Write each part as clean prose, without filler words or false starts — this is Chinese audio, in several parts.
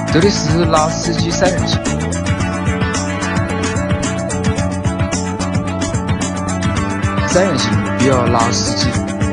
这里是老司机三人行，三人行必有老司机。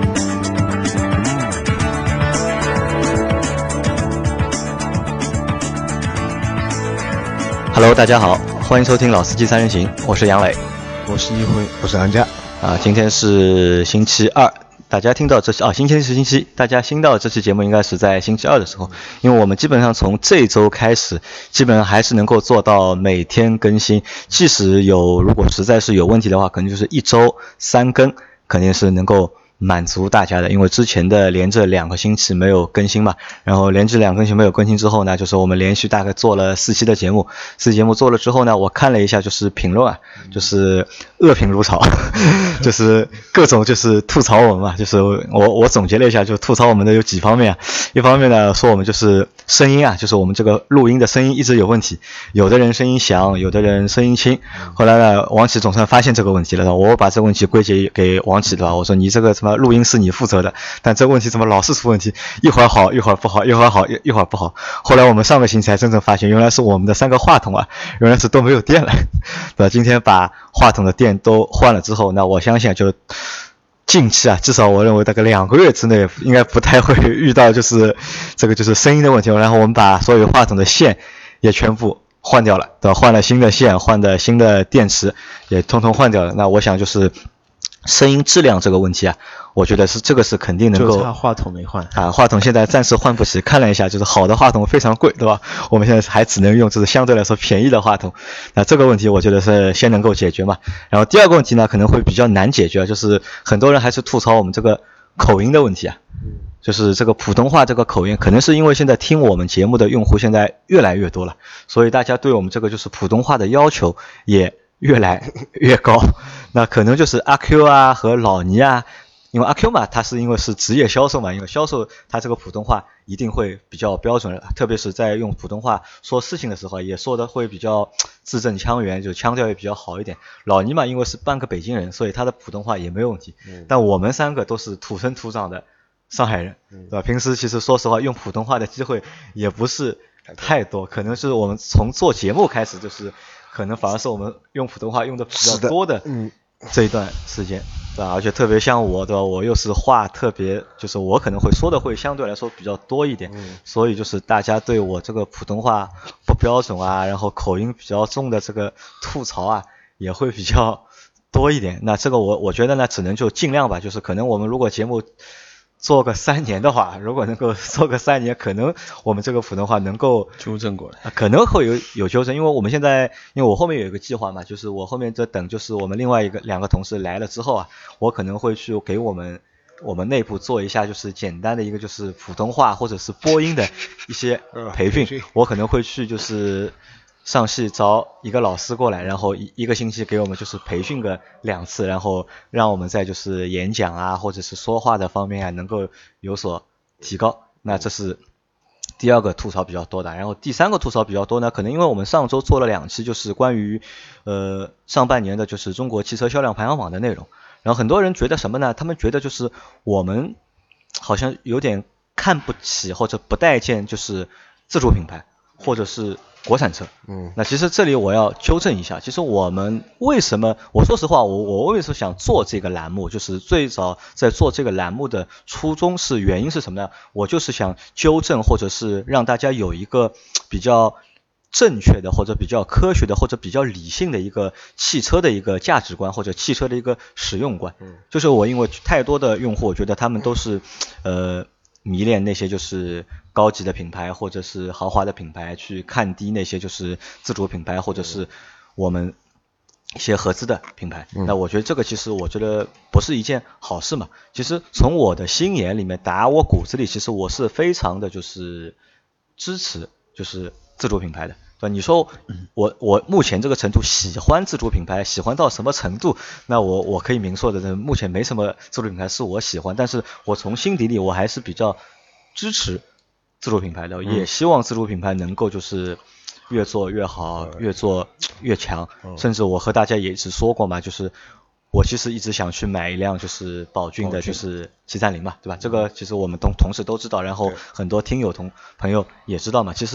Hello， 大家好，欢迎收听老司机三人行，我是杨磊， 我是一辉，我是安家。 今天是星期二。大家听到这期星期是星期一，大家听到这期节目应该是在星期二的时候，因为我们基本上从这周开始，基本上还是能够做到每天更新，即使如果实在是有问题的话，可能就是一周3更，肯定是能够满足大家的，因为之前的连着2个星期没有更新嘛，然后连着2个星期没有更新之后呢，就是我们连续大概做了4期的节目，4期节目做了之后呢，我看了一下就是评论啊，就是恶评如潮，就是各种就是吐槽我们嘛，就是我总结了一下，就吐槽我们的有几方面啊，一方面呢说我们就是声音啊，就是我们这个录音的声音一直有问题，有的人声音响，有的人声音轻，后来呢王启总算发现这个问题了，我把这个问题归结给王启对吧，我说你这个录音是你负责的，但这个问题怎么老是出问题，一会儿好一会儿不好，一会儿好一会儿不好。后来我们上个星期才真正发现，原来是我们的3个话筒啊，原来是都没有电了。对吧？今天把话筒的电都换了之后，那我相信就近期啊，至少我认为大概2个月之内应该不太会遇到就是这个就是声音的问题。然后我们把所有话筒的线也全部换掉了，对吧？换了新的线，换的新的电池也通通换掉了。那我想就是声音质量这个问题啊，我觉得这个是肯定能够， 就差话筒没换啊，话筒现在暂时换不起，看了一下就是好的话筒非常贵，对吧？我们现在还只能用就是相对来说便宜的话筒，那这个问题我觉得是先能够解决嘛。然后第二个问题呢可能会比较难解决，就是很多人还是吐槽我们这个口音的问题啊，就是这个普通话这个口音，可能是因为现在听我们节目的用户现在越来越多了，所以大家对我们这个就是普通话的要求也越来越高。那可能就是阿 Q 啊和老倪啊，因为阿 Q 嘛他是因为是职业销售嘛，因为销售他这个普通话一定会比较标准，特别是在用普通话说事情的时候也说的会比较字正腔圆，就腔调也比较好一点。老倪嘛因为是半个北京人，所以他的普通话也没有问题，但我们3个都是土生土长的上海人，对吧？平时其实说实话用普通话的机会也不是太多，可能是我们从做节目开始就是可能反而是我们用普通话用的比较多的这一段时间，对吧？而且特别像我，对吧？我又是话特别，就是我可能会说的会相对来说比较多一点，所以就是大家对我这个普通话不标准啊，然后口音比较重的这个吐槽啊，也会比较多一点。那这个我觉得呢，只能就尽量吧，就是可能我们如果节目做个3年的话，如果能够做个3年，可能我们这个普通话能够纠正过来， 可能会有纠正，因为我们现在，因为我后面有一个计划嘛，就是我后面在等，就是我们另外2个同事来了之后啊，我可能会去给我们内部做一下，就是简单的一个就是普通话或者是播音的一些培训，我可能会去就是上戏找一个老师过来，然后一个星期给我们就是培训个2次，然后让我们在就是演讲啊或者是说话的方面啊能够有所提高。那这是第2个吐槽比较多的。然后第3个吐槽比较多呢，可能因为我们上周做了2期就是关于上半年的就是中国汽车销量排行榜的内容，然后很多人觉得什么呢，他们觉得就是我们好像有点看不起或者不待见就是自主品牌或者是国产车。那其实这里我要纠正一下，其实我们为什么，我说实话，我为什么想做这个栏目，就是最早在做这个栏目的初衷是原因是什么呢？我就是想纠正或者是让大家有一个比较正确的或者比较科学的或者比较理性的一个汽车的一个价值观或者汽车的一个使用观。就是我因为太多的用户，我觉得他们都是迷恋那些就是高级的品牌或者是豪华的品牌，去看低那些就是自主品牌或者是我们一些合资的品牌。那我觉得这个其实我觉得不是一件好事嘛。其实从我的心眼里面打我骨子里，其实我是非常的就是支持就是自主品牌的。你说我目前这个程度喜欢自主品牌，喜欢到什么程度？那我可以明说的，目前没什么自主品牌是我喜欢，但是我从心底里我还是比较支持自主品牌的，也希望自主品牌能够就是越做越好，越做越强。甚至我和大家也是说过嘛，就是我其实一直想去买一辆就是宝骏的就是730嘛，对吧？这个其实我们同事都知道，然后很多听友朋友也知道嘛。其实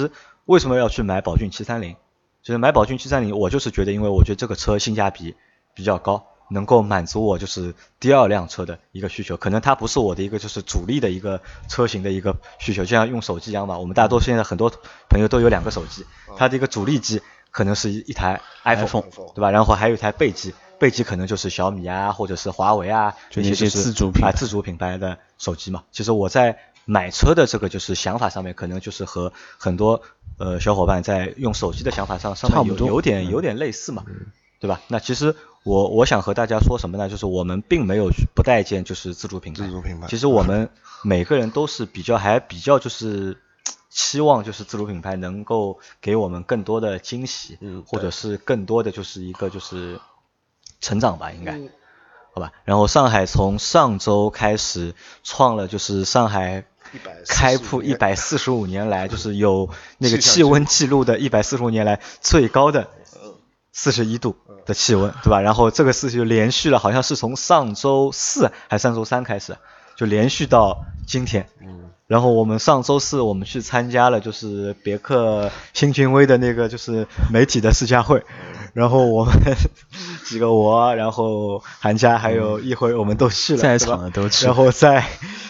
为什么要去买宝骏730？就是买宝骏730，我就是觉得，因为我觉得这个车性价比比较高，能够满足我就是第二辆车的一个需求。可能它不是我的一个就是主力的一个车型的一个需求，就像用手机一样嘛。我们大多现在很多朋友都有2个手机，它的一个主力机可能是一台 iPhone， 对吧？然后还有一台备机。备机可能就是小米啊，或者是华为啊， 就那些自主品牌的手机嘛。其实我在买车的这个就是想法上面，可能就是和很多小伙伴在用手机的想法上面有点类似嘛，对吧？那其实我想和大家说什么呢？就是我们并没有不待见就是自主品牌，其实我们每个人都是比较就是期望就是自主品牌能够给我们更多的惊喜，或者是更多的就是一个就是成长吧，应该，好吧。然后上海从上周开始创了就是上海开铺145年来就是有那个气温记录的145年来最高的41度的气温，对吧？然后这个事情就连续了，好像是从上周4还是上周3开始，就连续到今天。然后我们上周4我们去参加了就是别克新君威的那个就是媒体的试驾会，然后我们几个然后韩家还有一辉我们都去了， 在场的都去， 然后在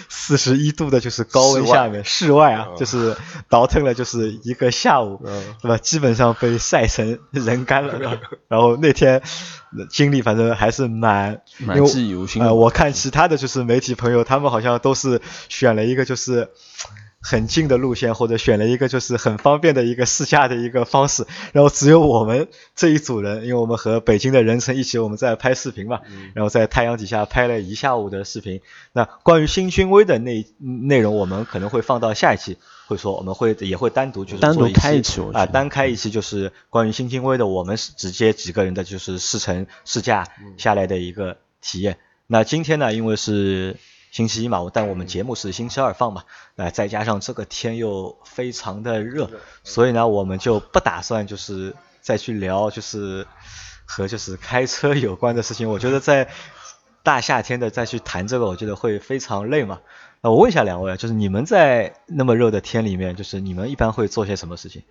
41度的就是高温下面室外啊，就是倒腾了就是一个下午，对吧？基本上被晒成人干了。然后那天经历反正还是蛮记忆犹新的。 我看其他的就是媒体朋友，他们好像都是选了一个就是很近的路线，或者选了一个就是很方便的一个试驾的一个方式，然后只有我们这一组人，因为我们和北京的人城一起我们在拍视频嘛，然后在太阳底下拍了一下午的视频。那关于新君威的内容我们可能会放到下一期会说，我们也会单独就是做开一期单开一期就是关于新君威的我们直接几个人的就是试驾下来的一个体验。那今天呢因为是星期一嘛，但我们节目是星期2放嘛，再加上这个天又非常的热，所以呢我们就不打算就是再去聊就是和就是开车有关的事情。我觉得在大夏天的再去谈这个，我觉得会非常累嘛。我问一下两位，就是你们在那么热的天里面，就是你们一般会做些什么事情？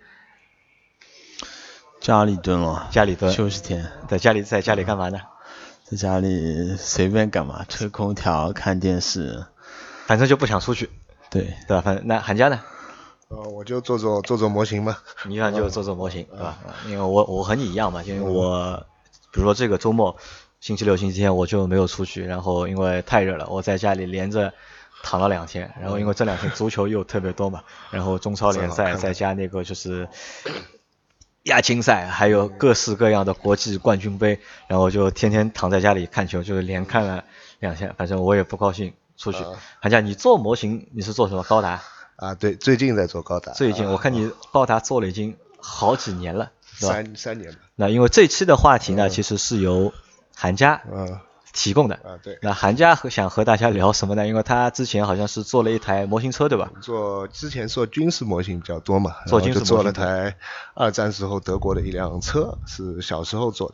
家里蹲，休息天。 在家里干嘛呢？ 在家里随便干嘛，吹空调看电视， 反正就不想出去。 对吧？反正那韩家呢？ 我就做模型嘛。 你一般就做模型，对吧？因为我和你一样嘛，因为我比如说这个周末星期6星期天我就没有出去，然后因为太热了，我在家里连着躺了2天，然后因为这2天足球又特别多嘛，然后中超联赛再加那个就是亚青赛，还有各式各样的国际冠军杯，然后就天天躺在家里看球，就连看了2天，反正我也不高兴出去。韩家，你做模型你是做什么？高达？ 对，最近在做高达。 最近我看你高达做了已经好几年了，是吧 ？3年了。 那因为这期的话题呢，其实是由韩家提供的。 对。 那韩家想和大家聊什么呢？因为他之前好像是做了一台模型车，对吧？ 之前做军事模型比较多嘛， 做军事模型做了台2战时候德国的一辆车，是小时候做的。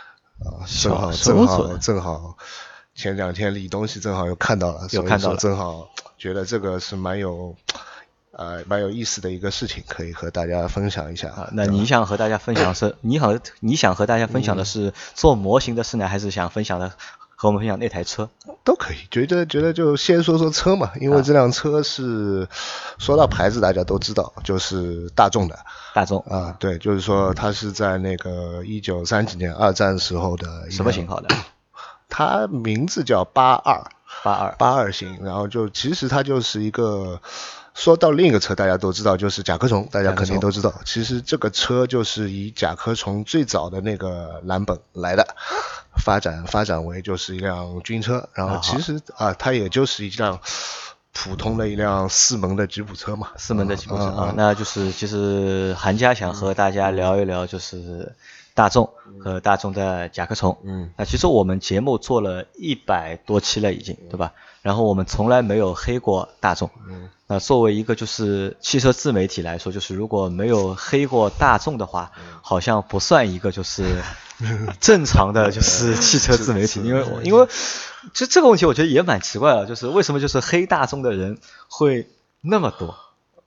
正好前2天理东西正好又看到了，所以说正好觉得这个是蛮有意思的一个事情，可以和大家分享一下。 那你想和大家分享的是你想和大家分享的是做模型的事呢，还是想分享的和我们分享那台车？ 都可以，觉得就先说车嘛，因为这辆车是说到牌子大家都知道，就是大众的。对，就是说它是在那个1930几年2战时候的什么型号的？ 它名字叫82型，然后就其实它就是一个，说到另一个车大家都知道就是甲壳虫，大家肯定都知道，其实这个车就是以甲壳虫最早的那个蓝本来的，发展为就是一辆军车，然后其实它也就是一辆普通的一辆4门的吉普车嘛 ，4门的吉普车那就是其实韩家想和大家聊一聊就是大众和大众的甲壳虫。那其实我们节目做了100多期了已经，对吧？然后我们从来没有黑过大众。那作为一个就是汽车自媒体来说，就是如果没有黑过大众的话，好像不算一个就是正常的就是汽车自媒体。因为这个问题我觉得也蛮奇怪的，就是为什么就是黑大众的人会那么多？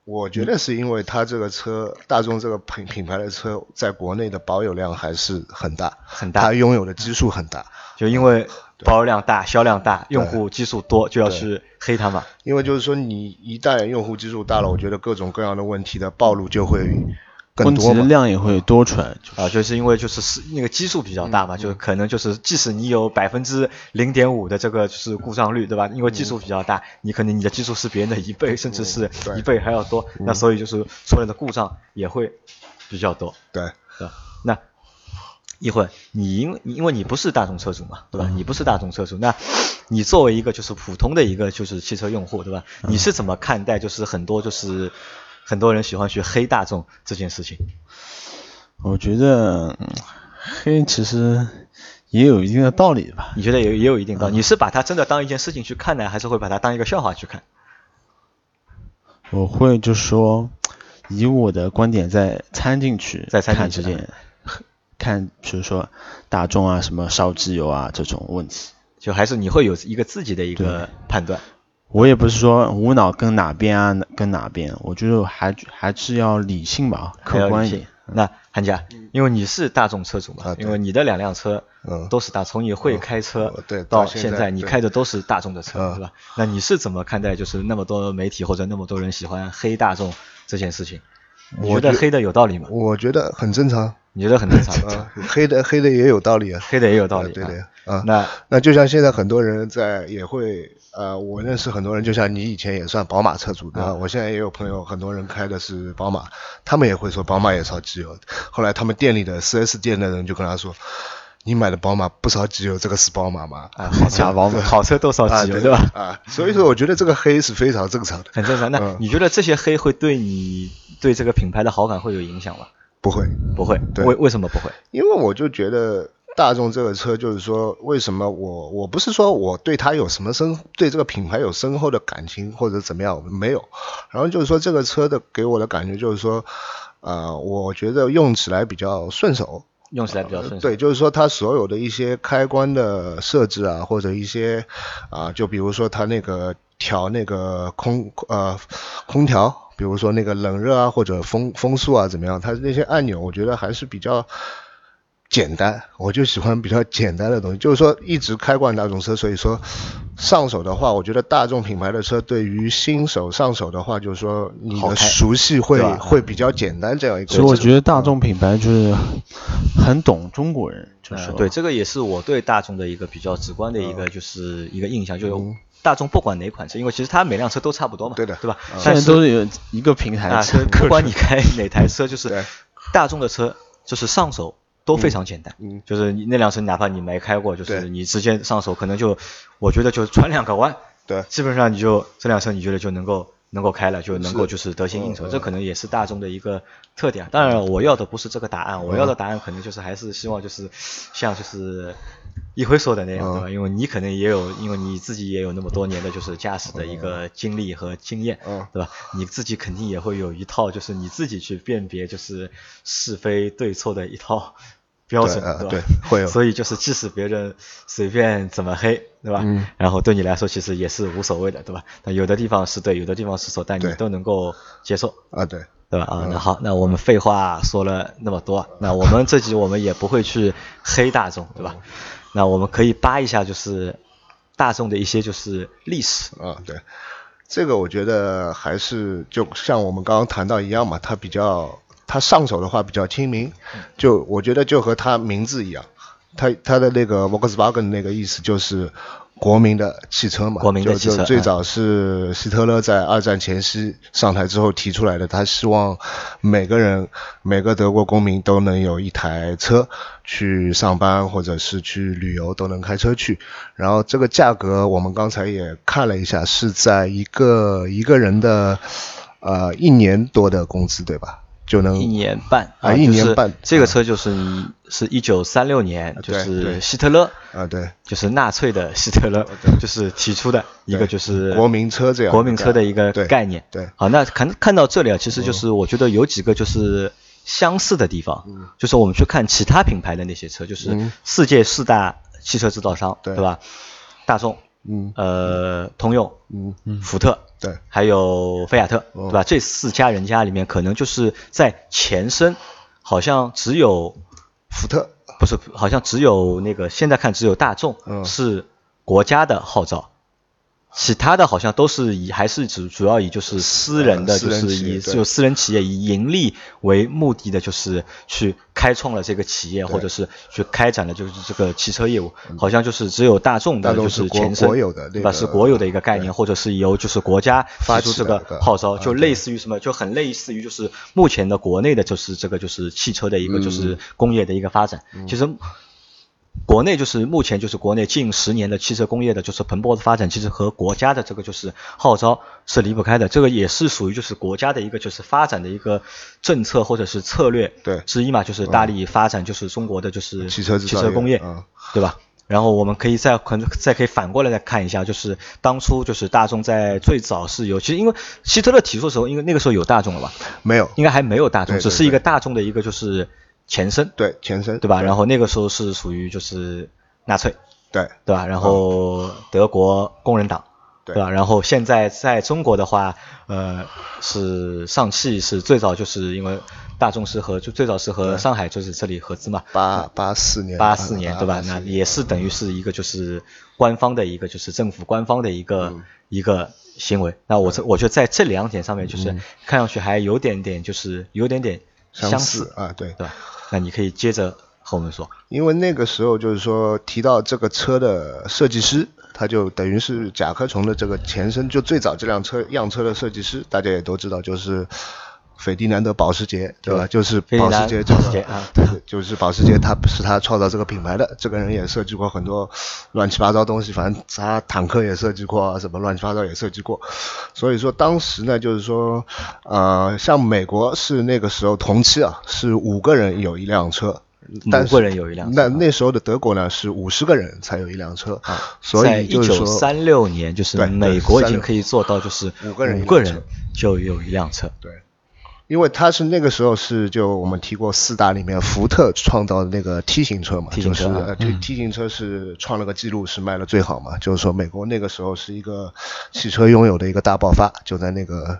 我觉得是因为它这个车，大众这个品牌的车，在国内的保有量还是很大，它拥有的基数很大。 就因为保有量大、销量大、用户基数多，就要去黑它嘛。 因为就是说，你一旦用户基数大了，我觉得各种各样的问题的暴露就会更多嘛， 问题的量也会多出来。 就是因为就是那个基数比较大嘛，就可能就是即使你有0.5%的这个就是故障率，对吧？因为基数比较大，你可能你的基数是别人的1倍，甚至是1倍还要多，那所以就是出来的故障也会比较多。 对。 那一会你因为你不是大众车主嘛，对吧？你不是大众车主，那你作为一个就是普通的一个就是汽车用户，对吧？你是怎么看待就是很多人喜欢去黑大众这件事情？ 我觉得黑其实也有一定的道理吧。 你觉得也有一定道理？你是把它真的当一件事情去看呢，还是会把它当一个笑话去看？ 我会就是说，以我的观点再参进去看这件，看比如说大众啊、什么烧机油啊这种问题， 就还是你会有一个自己的一个判断。 我也不是说无脑跟哪边啊跟哪边，我觉得还是要理性吧，客观一点。 那韩家，因为你是大众车主嘛，因为你的2辆车都是从你会开车到现在你开的都是大众的车，对吧？那你是怎么看待就是那么多媒体或者那么多人喜欢黑大众这件事情？你觉得黑的有道理吗？ 我觉得很正常。 你觉得很正常？ 黑的也有道理啊， 黑的也有道理。 对的啊。 那就像现在很多人也会我认识很多人，就像你以前也算宝马车主对吧？我现在也有朋友，很多人开的是宝马，他们也会说宝马也烧机油。后来他们店里的 4S 店的人就跟他说，你买的宝马不烧机油，这个是宝马吗？ 好车都烧机油，对吧？ 所以说我觉得这个黑是非常正常的， 很正常。那你觉得这些黑会对你对这个品牌的好感会有影响吗？ 不会。 为什么不会？ 因为我就觉得大众这个车，就是说为什么我不是说我对它有什么对这个品牌有深厚的感情或者怎么样，没有。然后就是说这个车的给我的感觉就是说我觉得用起来比较顺手。对，就是说它所有的一些开关的设置啊，或者一些就比如说它那个调那个空调，比如说那个冷热啊，或者风速啊怎么样，它那些按钮我觉得还是比较简单，我就喜欢比较简单的东西。就是说一直开惯大众车，所以说上手的话，我觉得大众品牌的车对于新手上手的话，就是说你的熟悉会比较简单这样一个。 所以我觉得大众品牌就是很懂中国人，就是对，这个也是我对大众的一个比较直观的一个就是一个印象，就是大众不管哪款车，因为其实它每辆车都差不多嘛，对吧？ 现在都有一个平台车， 不管你开哪台车，就是大众的车就是上手都非常简单，就是你那辆车哪怕你没开过，就是你直接上手，可能我觉得就转2个弯， 对， 基本上这辆车你觉得就能够开了，就能够就是得心应手，这可能也是大众的一个特点。当然我要的不是这个答案，我要的答案可能就是还是希望就是像就是一辉说的那样，对吧？因为你可能因为你自己也有那么多年的就是驾驶的一个经历和经验，对吧？你自己肯定也会有一套就是你自己去辨别就是是非对错的一套标准，对吧？ 对，会有。 所以就是即使别人随便怎么黑，对吧？然后对你来说其实也是无所谓的，对吧？那有的地方是对，有的地方是错，但你都能够接受对吧？那好，那我们废话说了那么多，那我们这集我们也不会去黑大众，对吧？那我们可以扒一下就是大众的一些就是历史。 对，这个我觉得还是就像我们刚刚谈到一样嘛，它上手的话比较亲民，就我觉得就和它名字一样，它的那个 Volkswagen 那个意思就是国民的汽车嘛， 国民的汽车， 就最早是希特勒在2战前夕上台之后提出来的，他希望每个德国公民都能有一台车去上班或者是去旅游都能开车去。然后这个价格我们刚才也看了一下，是在一个人的1年多的工资，对吧？就能 1年半 1年半， 这个车就是1936年，就是希特勒对， 就是纳粹的希特勒，就是提出的一个就是国民车这样国民车的一个概念。 对， 好，那看到这里其实就是我觉得有几个就是相似的地方，就是我们去看其他品牌的那些车，就是世界4大汽车制造商，对吧？大众、 通用，福特， 对， 还有菲亚特，对吧？这4家人家里面，可能就是在前身，好像只有福特， 不是，好像只有那个现在看只有大众是国家的号召。其他的好像都是还是主要以就是私人的，就是以就私人企业以盈利为目的的，就是去开创了这个企业，或者是去开展了就是这个汽车业务。好像就是只有大众的就是前身， 国有的对吧？是国有的一个概念，或者是由就是国家提出这个号召，就类似于什么，就很类似于就是目前的国内的就是这个就是汽车的一个就是工业的一个发展。其实国内就是目前就是国内近10年的汽车工业的就是蓬勃的发展，其实和国家的这个就是号召是离不开的，这个也是属于就是国家的一个就是发展的一个政策或者是策略之一嘛，就是大力发展就是中国的就是汽车工业，对吧？然后我们可以再可以反过来再看一下，就是当初就是大众在最早是有，其实因为希特勒提出的时候，因为那个时候有大众了吧？ 没有， 应该还没有大众，只是一个大众的一个就是前身， 对前身， 对吧？然后那个时候是属于就是纳粹，对吧？然后德国工人党，对吧？然后现在在中国的话，是上汽是最早就是因为大众是和就最早是和上海就是这里合资嘛 ，84 年，对吧？那也是等于是一个就是官方的一个就是政府官方的一个行为。那我觉得在这2点上面就是看上去还有点点就是有点点相似啊，对吧？那你可以接着和我们说。 因为那个时候就是说提到这个车的设计师，他就等于是甲壳虫的这个前身，就最早这辆样车的设计师，大家也都知道，就是斐迪南德保时捷，对吧？就是保时捷就是保时捷，他创造这个品牌的。这个人也设计过很多乱七八糟东西，反正他坦克也设计过啊，什么乱七八糟也设计过。所以说当时呢，就是说像美国是那个时候同期啊，是5个人有一辆车。 5个人有一辆车， 那时候的德国呢是50个人才有一辆车，所以就是说在1936年，就是美国已经可以做到就是5个人就有一辆车。 对，因为他是那个时候是就我们提过4大里面福特创造的那个 T 型车嘛，就是 T 型车是创了个记录，是卖的最好嘛，就是说美国那个时候是一个汽车拥有的一个大爆发，就在那个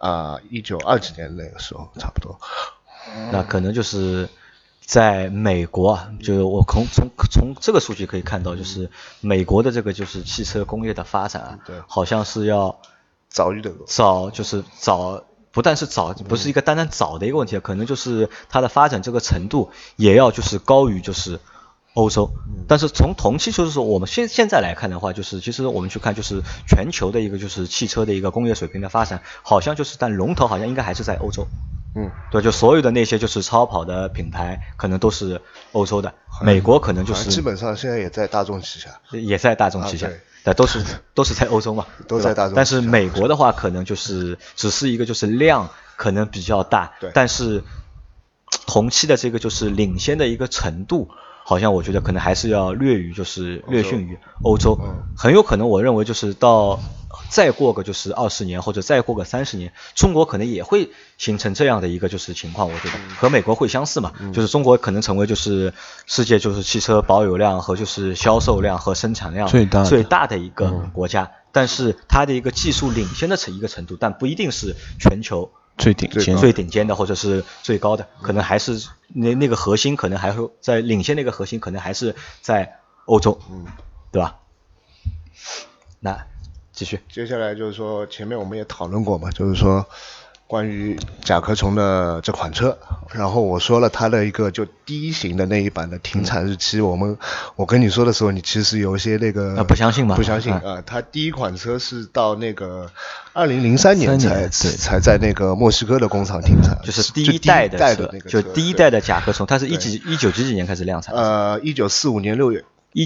1920几年那个时候差不多。 那可能就是在美国啊，就是我从这个数据可以看到，就是美国的这个就是汽车工业的发展啊，好像是要早于德国， 不但是早，不是一个单单早的一个问题，可能就是它的发展这个程度也要就是高于就是欧洲。但是从同期就是说我们现在来看的话，就是其实我们去看就是全球的一个就是汽车的一个工业水平的发展，好像就是但龙头好像应该还是在欧洲。对，就所有的那些就是超跑的品牌可能都是欧洲的，美国可能就是基本上现在也在大众旗下， 对，都是在欧洲嘛， 都在大众。 但是美国的话可能就是只是一个就是量可能比较大，但是同期的这个就是领先的一个程度，好像我觉得可能还是要略逊于欧洲，很有可能我认为就是到再过个就是20年或者再过个30年，中国可能也会形成这样的一个就是情况，我觉得和美国会相似嘛，就是中国可能成为就是世界就是汽车保有量和就是销售量和生产量最大的一个国家，但是它的一个技术领先的一个程度，但不一定是全球最顶尖的或者是最高的，可能还是那个核心可能还会在领先那个核心可能还是在欧洲，对吧？那继续， 接下来就是说前面我们也讨论过嘛，就是说关于甲壳虫的这款车，然后我说了它的一个就第一型的那一版的停产日期，我跟你说的时候，你其实有一些那个不相信吗？ 不相信啊，它第一款车是到那个2003年才在那个墨西哥的工厂停产， 就是第一代的车，就第一代的甲壳虫，它是19几年开始量产 ？1945年6月。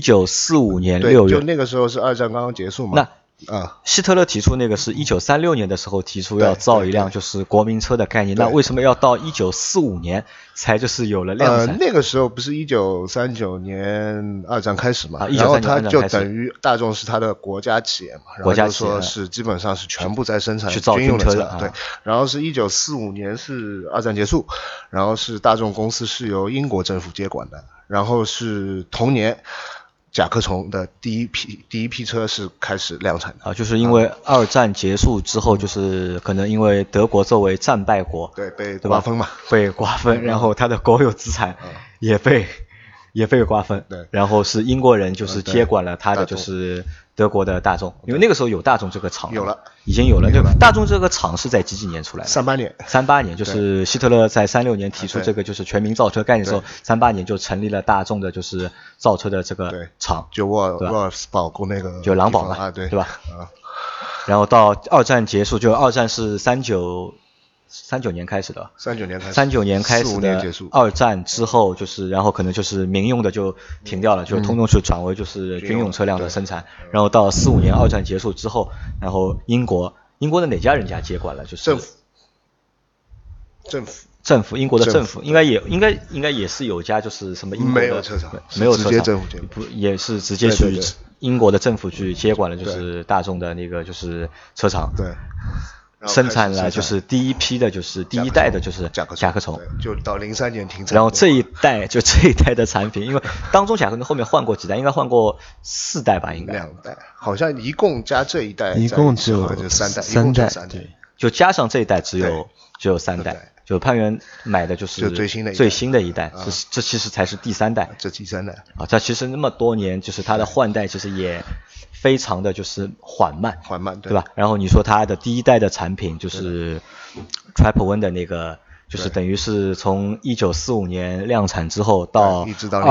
1945年6月， 就那个时候是2战刚刚结束嘛。 希特勒提出那个是1936年的时候提出要造一辆就是国民车的概念，那为什么要到1945年才就是有了量产？ 那个时候不是1939年2战开始嘛，然后他就等于大众是他的国家企业嘛，然后就说是基本上是全部在生产军用的车，对。然后是1945年是2战结束，然后是大众公司是由英国政府接管的，然后是同年甲壳虫的第一批车是开始量产的就是因为二战结束之后，就是可能因为德国作为战败国， 对，被瓜分嘛， 被瓜分，然后它的国有资产也被瓜分， 对， 然后是英国人就是接管了它的就是德国的大众，因为那个时候有大众这个厂，已经有了，就大众这个厂是在几年出来的？38年，就是希特勒在36年提出这个就是全民造车概念的时候，38年就成立了大众的就是造车的这个厂， 就沃尔斯堡那个就狼堡嘛，对吧？然后到二战结束，就二战是39年开始的，39年开始的二战之后，就是然后可能就是民用的就停掉了，就通通去转为就是军用车辆的生产。然后到45年二战结束之后，然后英国的哪家人家接管了？就是政府，英国的政府应该也是有家就是什么英国的没有车厂， 不也是直接去英国的政府去接管了，就是大众的那个就是车厂。 对。 生产了就是第一批的，就是第一代的，就是甲壳虫， 就到03年停产。 然后这一代的产品，因为当中甲壳虫后面换过几代，应该换过4代吧，应该。 2代，好像一共加这一代， 一共只有 3代， 对， 就加上这一代只有3代。就潘源买的就是最新的一代，这其实才是第3代。 这第3代啊，它其实那么多年，就是它的换代其实也非常的就是缓慢，对吧？然后你说它的第一代的产品就是 Triple One 的那个，就是等于是从1945年量产之后到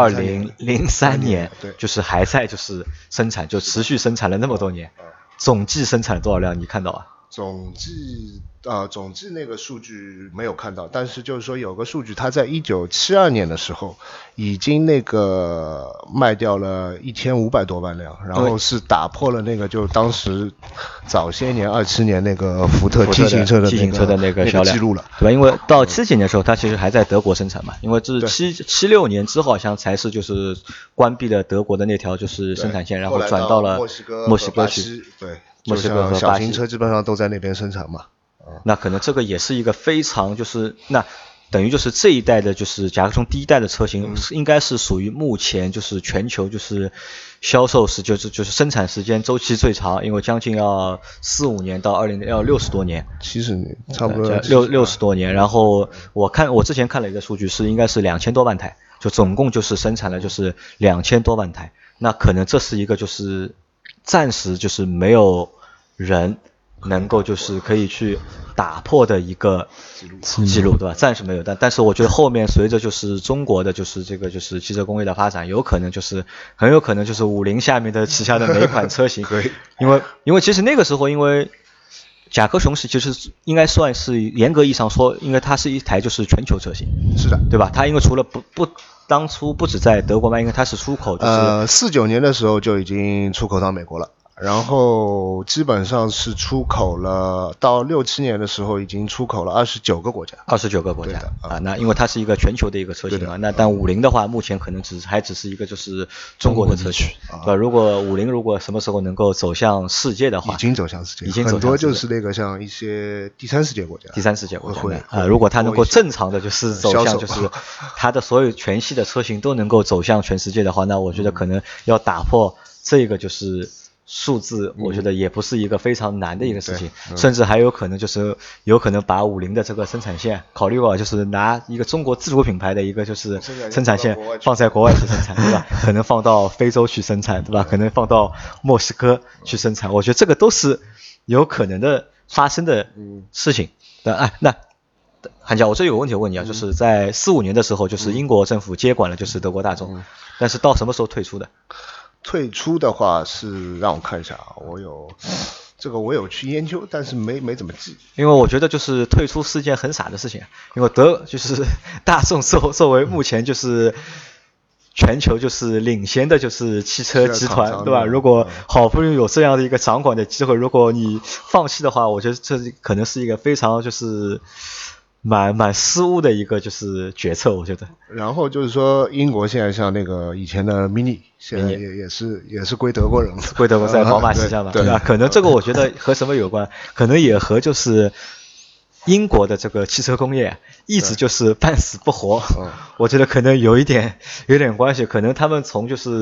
2003年，就是还在就是生产，就持续生产了那么多年，总计生产了多少辆？你看到啊？ 总计那个数据没有看到，但是就是说有个数据，它在1972年的时候已经那个卖掉了1500多万辆，然后是打破了那个就当时早些年27年那个福特 T 型车的那个销量记录了， 对吧？因为到70几年的时候，它其实还在德国生产嘛，因为这是76年之后好像才是就是关闭了德国的那条就是生产线，然后转到了墨西哥去， 对。 墨西哥和小型车基本上都在那边生产嘛， 那可能这个也是一个非常就是那等于就是这一代的就是甲壳虫第一代的车型，应该是属于目前就是全球就是销售就是生产时间周期最长，因为将近要45年到要60多年 ，70年差不多 60多年。然后我之前看了一个数据是应该是2000多万台，就总共就是生产了就是2000多万台，那可能这是一个就是暂时就是没有人能够就是可以去打破的一个记录，对吧？暂时没有，但是我觉得后面随着就是中国的就是这个就是汽车工业的发展，很有可能就是50下面的旗下的每一款车型，因为其实那个时候因为甲壳虫其实应该算是严格意义上说，应该它是一台就是全球车型， 是的， 对吧？它因为除了当初不止在德国卖，因为它是出口，就是 49年的时候就已经出口到美国了。然后基本上是出口了，到67年的时候已经出口了29个国家啊。那因为它是一个全球的一个车型嘛，那但50的话，目前可能只是一个就是中国的车型，对吧？如果50什么时候能够走向世界的话， 已经走向世界，很多就是那个像一些第三世界国家会如果它能够正常的就是走向就是它的所有全系的车型都能够走向全世界的话，那我觉得可能要打破这个就是数字，我觉得也不是一个非常难的一个事情，甚至还有可能就是有可能把50的这个生产线考虑过，就是拿一个中国自主品牌的一个就是生产线放在国外去生产，对吧？可能放到非洲去生产，对吧？可能放到墨西哥去生产，我觉得这个都是有可能的发生的事情。那韩教，我这有个问题问你啊，就是在45年的时候，就是英国政府接管了就是德国大众，但是到什么时候退出的？ 退出的话是让我看一下，我有去研究，但是没怎么记。 因为我觉得就是退出是件很傻的事情，因为就是大众作为目前就是全球就是领先的就是汽车集团，对吧？如果好不容易有这样的一个掌管的机会，如果你放弃的话，我觉得这可能是一个非常就是蛮失误的一个就是决策，我觉得。 然后就是说，英国现在像那个以前的 Mini， 现在也是归德国人了， 归德国在宝马旗下嘛，对吧？可能这个我觉得和什么有关？可能也和就是英国的这个汽车工业一直就是半死不活，我觉得可能有一点关系。可能他们从就是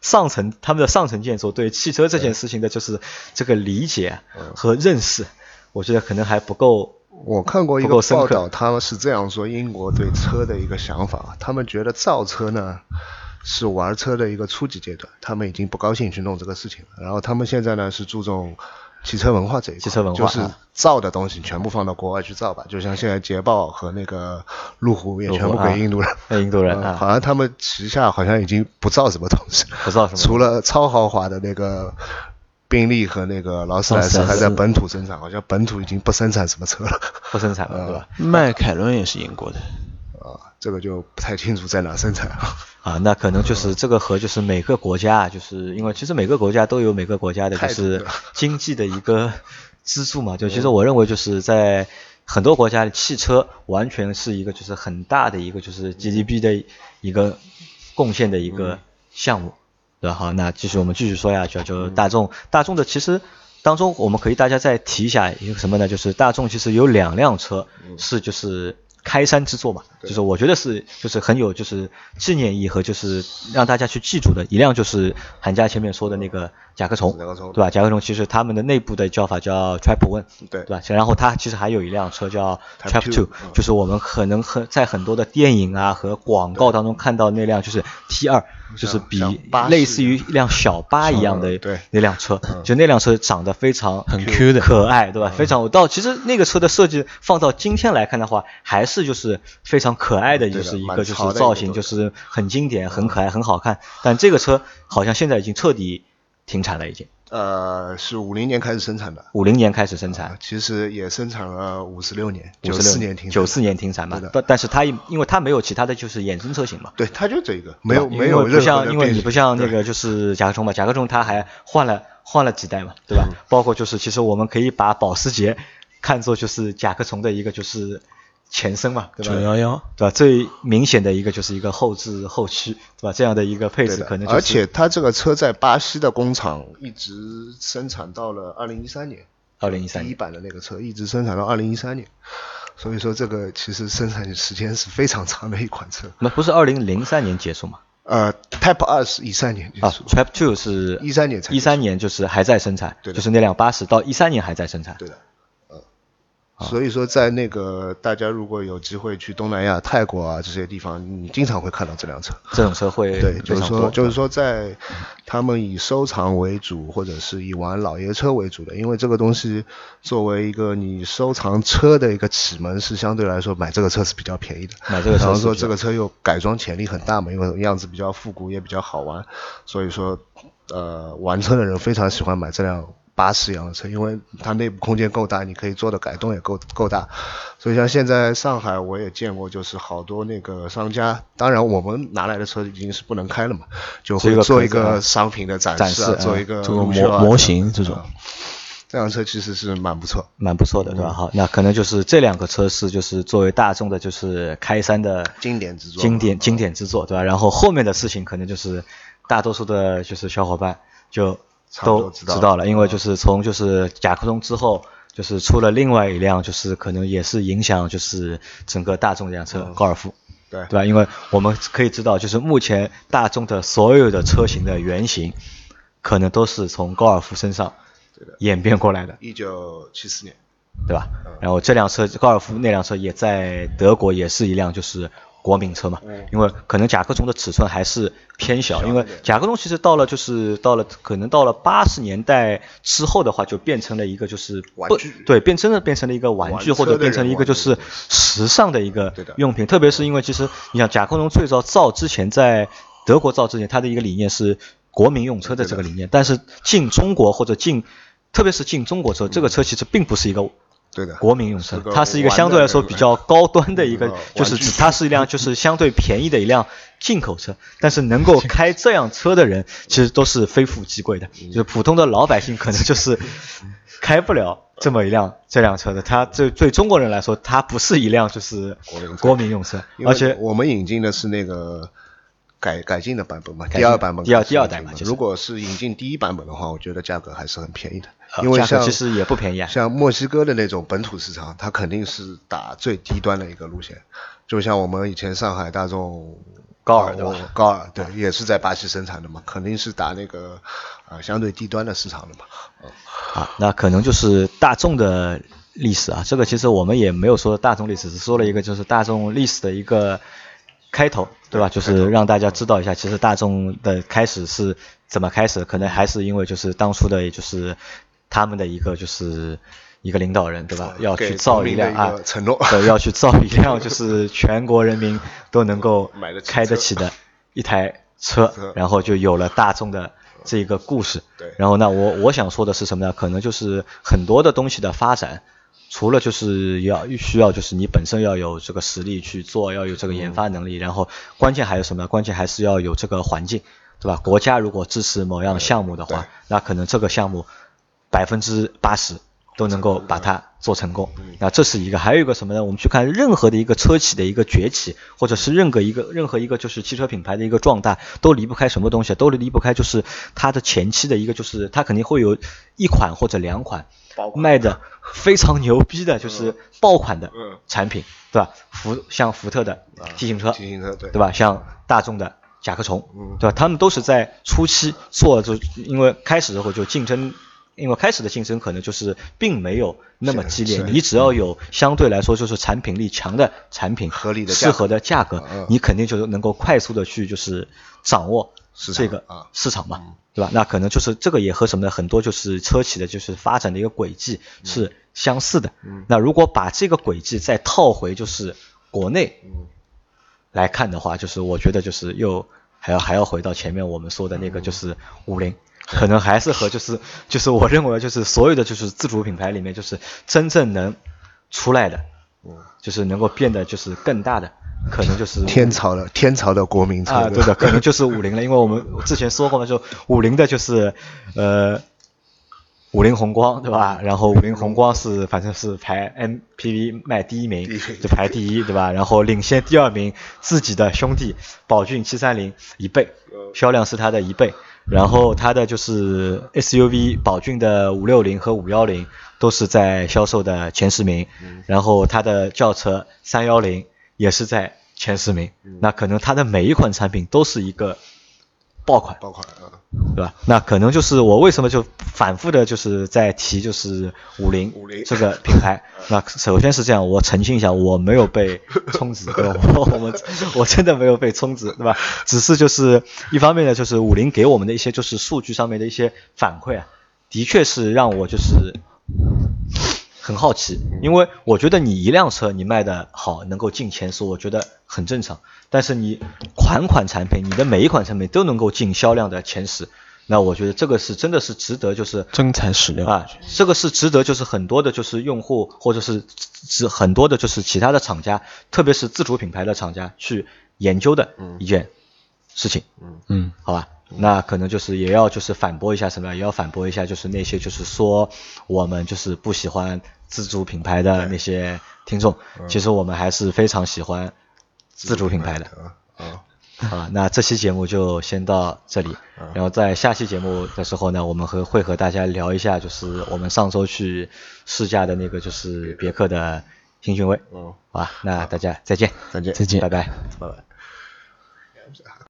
他们的上层建筑对汽车这件事情的就是这个理解和认识，我觉得可能还不够。 我看过一个报道，他们是这样说英国对车的一个想法，他们觉得造车呢是玩车的一个初级阶段，他们已经不高兴去弄这个事情了。然后他们现在呢是注重汽车文化这一块， 汽车文化就是造的东西全部放到国外去造吧，就像现在捷豹和那个路虎也全部给印度人， 印度人好像他们旗下好像已经不造什么东西， 不造什么， 除了超豪华的那个宾利和那个劳斯莱斯还在本土生产，好像本土已经不生产什么车了， 不生产了，对吧？ 迈凯伦也是英国的。 这个就不太清楚在哪生产那可能就是这个和就是每个国家，就是因为其实每个国家都有每个国家的就是经济的一个支柱嘛，就其实我认为就是在很多国家的汽车完全是一个就是很大的一个就是 GDP 的一个贡献的一个项目，对吧？好，那我们继续说下去，就大众的其实当中我们可以大家再提一下一个什么呢？就是大众其实有2辆车是就是开山之作嘛，就是我觉得是就是很有就是纪念意义和就是让大家去记住的。一辆就是韩家前面说的那个甲壳虫，对吧？甲壳虫其实他们的内部的叫法叫 Type 1， 对吧？然后它其实还有一辆车叫 Type 2，就是我们可能在很多的电影啊和广告当中看到那辆就是 T2，就是比类似于一辆小巴一样的那辆车，就那辆车长得非常很 Q 的可爱，对吧？非常其实那个车的设计放到今天来看的话，还是就是非常可爱的，就是一个就是造型就是很经典、很可爱、很好看。但这个车好像现在已经彻底停产了，已经。 是50年开始生产的。 50年开始生产， 其实也生产了56年，94年停产。 94年停产嘛，但是它因为它没有其他的就是衍生车型嘛。 对，它就这个，没有任何的因为你不像那个就是甲壳虫嘛，甲壳虫它还换了几代嘛，对吧？包括就是其实我们可以把保时捷看作就是甲壳虫的一个就是前身嘛，对吧 ？911， 对吧？最明显的一个就是一个后置后驱，对吧？这样的一个配置可能而且它这个车在巴西的工厂一直生产到了2013年，2013年第一版的那个车一直生产到2013年，所以说这个其实生产时间是非常长的一款车。 那不是2003年结束吗 ？Type 2是13年结束 ，Type 2是 13年才 13年就是还在生产，就是那辆巴士到13年还在生产。 对的。所以说在那个大家如果有机会去东南亚泰国啊这些地方，你经常会看到这辆车， 这种车会对，就是说在他们以收藏为主或者是以玩老爷车为主的，因为这个东西作为一个你收藏车的一个启蒙，是相对来说买这个车是比较便宜的，然后说这个车又改装潜力很大嘛，因为样子比较复古也比较好玩，所以说玩车的人非常喜欢买这辆巴士一样的车，因为它内部空间够大，你可以做的改动也够大，所以像现在上海我也见过，就是好多那个商家，当然我们拿来的车已经是不能开了嘛，就会做一个商品的展示啊，做一个模型这种。 这辆车其实是蛮不错的，对吧？好，那可能就是这2个车是就是作为大众的就是开山的经典之作， 经典之作，对吧？然后后面的事情可能就是大多数的就是小伙伴就都知道了，因为就是从就是甲壳虫之后，就是出了另外一辆，就是可能也是影响就是整个大众这辆车，高尔夫，对吧？因为我们可以知道，就是目前大众的所有的车型的原型，可能都是从高尔夫身上演变过来的。 1974年， 对吧？然后这辆车高尔夫那辆车也在德国也是一辆就是国民车嘛，因为可能甲壳虫的尺寸还是偏小，因为甲壳虫其实到了可能到了80年代之后的话，就变成了一个就是玩具， 对，变成了一个玩具，或者变成了一个就是时尚的一个用品。特别是因为其实你想甲壳虫最早造之前，在德国造之前，它的一个理念是国民用车的这个理念，但是进中国或者特别是进中国车，这个车其实并不是一个国民用车，它是一个相对来说比较高端的一个，就是它是一辆就是相对便宜的一辆进口车，但是能够开这样车的人其实都是非富即贵的，就是普通的老百姓可能就是开不了这辆车的。它对中国人来说，它不是一辆就是国民用车，而且我们引进的是那个改进的版本嘛，第二版本， 第二代嘛。 如果是引进第一版本的话，我觉得价格还是很便宜的，因为价格其实也不便宜啊。 像墨西哥的那种本土市场，它肯定是打最低端的一个路线，就像我们以前上海大众高尔对吧？ 高尔对，也是在巴西生产的嘛，肯定是打那个相对低端的市场的嘛。 那可能就是大众的历史啊，这个其实我们也没有说大众历史，只说了一个就是大众历史的一个开头，对吧？就是让大家知道一下，其实大众的开始是怎么开始，可能还是因为就是当初的，也就是他们的一个就是一个领导人，对吧？要去造一辆承诺， 对，要去造一辆就是全国人民都能够开得起的一台车，然后就有了大众的这个故事。 对。 然后呢，我想说的是什么呢？可能就是很多的东西的发展，除了就是需要就是你本身要有这个实力去做，要有这个研发能力，然后关键还有什么呢？关键还是要有这个环境，对吧？国家如果支持某样项目的话，那可能这个项目80%都能够把它做成功。那这是一个，还有一个什么呢？我们去看任何的一个车企的一个崛起，或者是任何一个就是汽车品牌的一个壮大，都离不开什么东西？都离不开就是它的前期的一个，就是它肯定会有一款或者两款卖的非常牛逼的，就是爆款的产品，对吧？像福特的 T 型车，对吧？像大众的甲壳虫，对吧？他们都是在初期做，就因为开始的时候就竞争。因为开始的竞争可能就是并没有那么激烈，你只要有相对来说就是产品力强的产品， 合理的适合的价格，你肯定就能够快速的去就是掌握这个市场嘛，对吧？那可能就是这个也和什么呢？很多就是车企的就是发展的一个轨迹是相似的。那如果把这个轨迹再套回就是国内来看的话，就是我觉得就是还要回到前面我们说的那个就是50。可能还是和就是我认为就是所有的就是自主品牌里面就是真正能出来的，就是能够变得就是更大的，可能就是天朝的国民车对的，可能就是50了，因为我们之前说过嘛，就50的就是50宏光，对吧？然后50宏光是反正是排 MPV 卖第一名，就排第一，对吧？然后领先第二名自己的兄弟宝骏7301倍，销量是它的1倍。然后它的就是 SUV 宝骏的560和510都是在销售的前10名，然后它的轿车310也是在前10名。那可能它的每一款产品都是一个爆款，对吧？那可能就是我为什么就反复的就是在提就是50这个品牌。那首先是这样，我澄清一下，我没有被充值，对吧？我真的没有被充值，对吧？只是就是一方面呢，就是50给我们的一些就是数据上面的一些反馈啊，的确是让我就是很好奇，因为我觉得你一辆车你卖的好，能够进前10，我觉得很正常。但是你款产品，你的每一款产品都能够进销量的前10，那我觉得这个是真的是值得就是真材实料啊，这个是值得就是很多的就是用户或者是很多的就是其他的厂家，特别是自主品牌的厂家去研究的一件事情。好吧。那可能就是也要就是反驳一下什么，也要反驳一下就是那些就是说我们就是不喜欢自主品牌的那些听众，其实我们还是非常喜欢自主品牌的。好了，那这期节目就先到这里，然后在下期节目的时候呢，我们会和大家聊一下就是我们上周去试驾的那个就是别克的新君威。好吧，那大家再见， 拜拜。